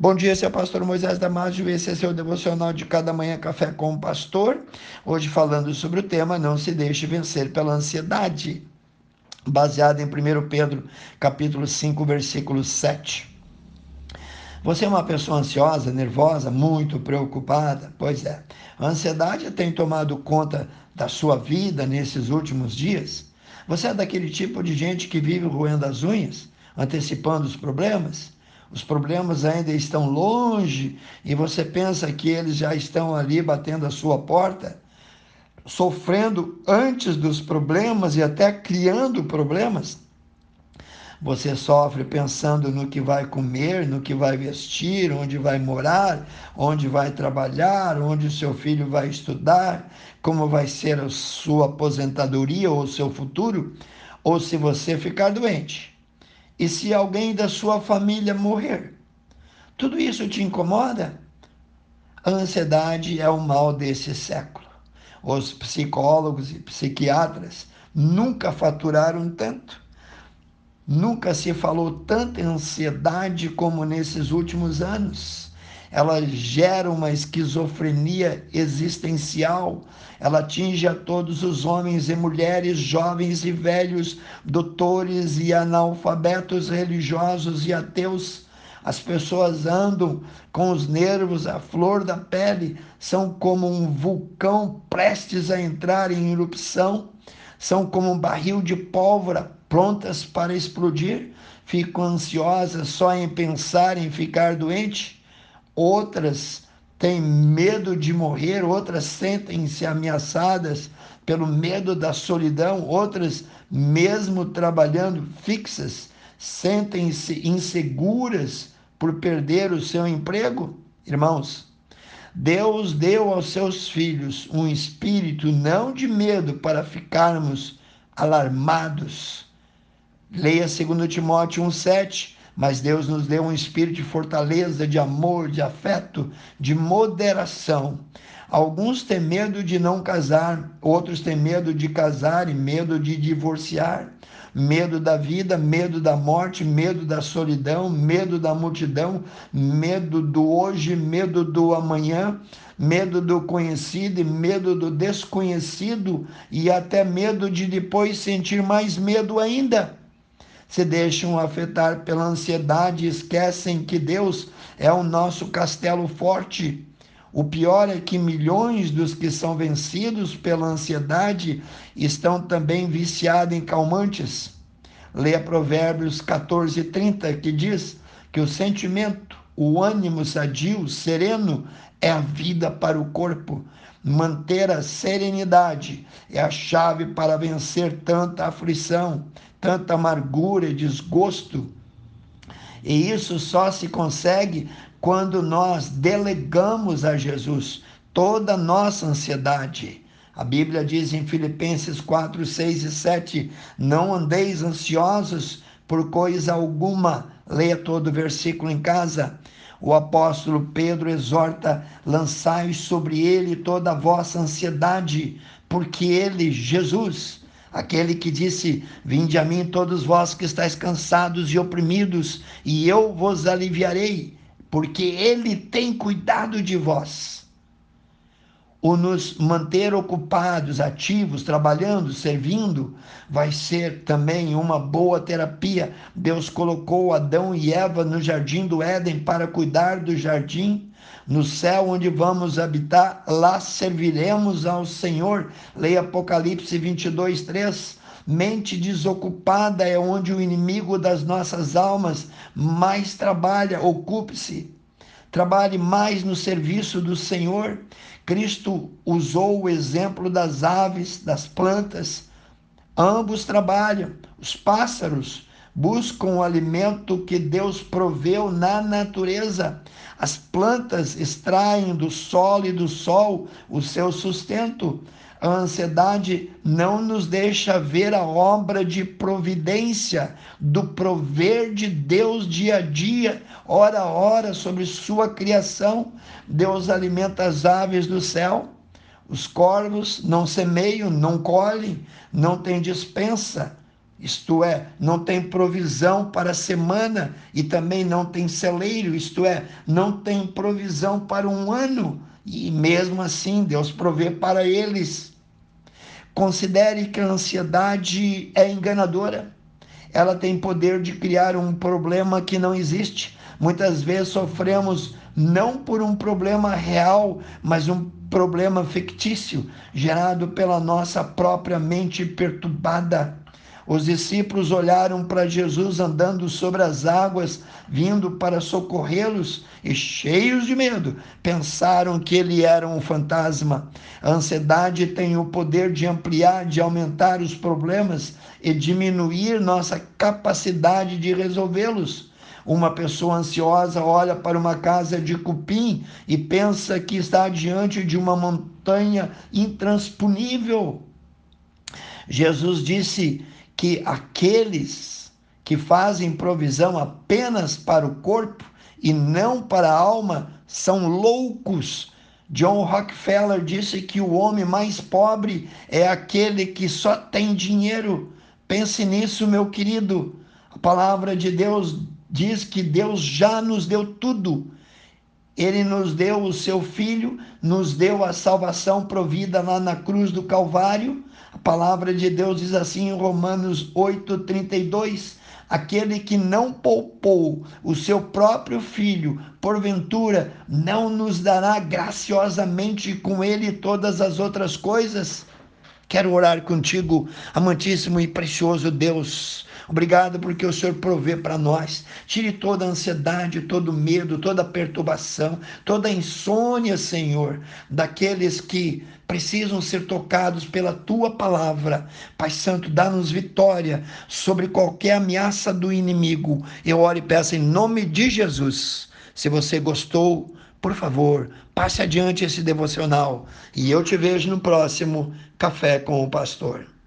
Bom dia, esse é o pastor Moisés Damásio, esse é seu devocional de cada manhã, Café com o Pastor. Hoje falando sobre o tema, não se deixe vencer pela ansiedade, baseado em 1 Pedro, capítulo 5, versículo 7. Você é uma pessoa ansiosa, nervosa, muito preocupada? Pois é, a ansiedade tem tomado conta da sua vida nesses últimos dias? Você é daquele tipo de gente que vive roendo as unhas, antecipando os problemas? Os problemas ainda estão longe e você pensa que eles já estão ali batendo a sua porta, sofrendo antes dos problemas e até criando problemas? Você sofre pensando no que vai comer, no que vai vestir, onde vai morar, onde vai trabalhar, onde o seu filho vai estudar, como vai ser a sua aposentadoria ou o seu futuro, ou se você ficar doente. E se alguém da sua família morrer? Tudo isso te incomoda? A ansiedade é o mal desse século. Os psicólogos e psiquiatras nunca faturaram tanto. Nunca se falou tanto em ansiedade como nesses últimos anos. Ela gera uma esquizofrenia existencial. Ela atinge a todos os homens e mulheres, jovens e velhos, doutores e analfabetos, religiosos e ateus. As pessoas andam com os nervos à flor da pele, são como um vulcão prestes a entrar em erupção, são como um barril de pólvora prontas para explodir, ficam ansiosas só em pensar em ficar doente. Outras têm medo de morrer, outras sentem-se ameaçadas pelo medo da solidão, outras, mesmo trabalhando fixas, sentem-se inseguras por perder o seu emprego. Irmãos, Deus deu aos seus filhos um espírito não de medo para ficarmos alarmados. Leia 2 Timóteo 1,7. Mas Deus nos deu um espírito de fortaleza, de amor, de afeto, de moderação. Alguns têm medo de não casar, outros têm medo de casar e medo de divorciar. Medo da vida, medo da morte, medo da solidão, medo da multidão, medo do hoje, medo do amanhã, medo do conhecido e medo do desconhecido e até medo de depois sentir mais medo ainda. Se deixam afetar pela ansiedade e esquecem que Deus é o nosso castelo forte. O pior é que milhões dos que são vencidos pela ansiedade estão também viciados em calmantes. Leia Provérbios 14:30, que diz que o sentimento, o ânimo sadio, sereno, é a vida para o corpo. Manter a serenidade é a chave para vencer tanta aflição, tanta amargura e desgosto. E isso só se consegue quando nós delegamos a Jesus toda a nossa ansiedade. A Bíblia diz em Filipenses 4, 6 e 7, não andeis ansiosos por coisa alguma. Leia todo o versículo em casa. O apóstolo Pedro exorta, lançai sobre ele toda a vossa ansiedade, porque ele, Jesus, aquele que disse, vinde a mim todos vós que estáis cansados e oprimidos, e eu vos aliviarei, porque ele tem cuidado de vós. O nos manter ocupados, ativos, trabalhando, servindo, vai ser também uma boa terapia. Deus colocou Adão e Eva no jardim do Éden para cuidar do jardim. No céu onde vamos habitar, lá serviremos ao Senhor. Leia Apocalipse 22, 3. Mente desocupada é onde o inimigo das nossas almas mais trabalha. Ocupe-se. Trabalhe mais no serviço do Senhor. Cristo usou o exemplo das aves, das plantas. Ambos trabalham. Os pássaros buscam o alimento que Deus proveu na natureza. As plantas extraem do solo e do sol o seu sustento. A ansiedade não nos deixa ver a obra de providência, do prover de Deus dia a dia, hora a hora, sobre sua criação. Deus alimenta as aves do céu. Os corvos não semeiam, não colhem, não têm despensa, isto é, não tem provisão para a semana e também não tem celeiro, isto é, não tem provisão para um ano, e mesmo assim Deus provê para eles. Considere que a ansiedade é enganadora. Ela tem poder de criar um problema que não existe. Muitas vezes sofremos não por um problema real, mas um problema fictício, gerado pela nossa própria mente perturbada. Os discípulos olharam para Jesus andando sobre as águas, vindo para socorrê-los, e cheios de medo, pensaram que ele era um fantasma. A ansiedade tem o poder de ampliar, de aumentar os problemas e diminuir nossa capacidade de resolvê-los. Uma pessoa ansiosa olha para uma casa de cupim e pensa que está diante de uma montanha intransponível. Jesus disse que aqueles que fazem provisão apenas para o corpo e não para a alma são loucos. John Rockefeller disse que o homem mais pobre é aquele que só tem dinheiro. Pense nisso, meu querido. A palavra de Deus diz que Deus já nos deu tudo. Ele nos deu o seu Filho, nos deu a salvação provida lá na cruz do Calvário. A palavra de Deus diz assim em Romanos 8:32: aquele que não poupou o seu próprio Filho, porventura não nos dará graciosamente com ele todas as outras coisas? Quero orar contigo, amantíssimo e precioso Deus. Obrigado porque o Senhor provê para nós. Tire toda a ansiedade, todo o medo, toda a perturbação, toda a insônia, Senhor, daqueles que precisam ser tocados pela Tua palavra. Pai Santo, dá-nos vitória sobre qualquer ameaça do inimigo. Eu oro e peço em nome de Jesus. Se você gostou, por favor, passe adiante esse devocional. E eu te vejo no próximo Café com o Pastor.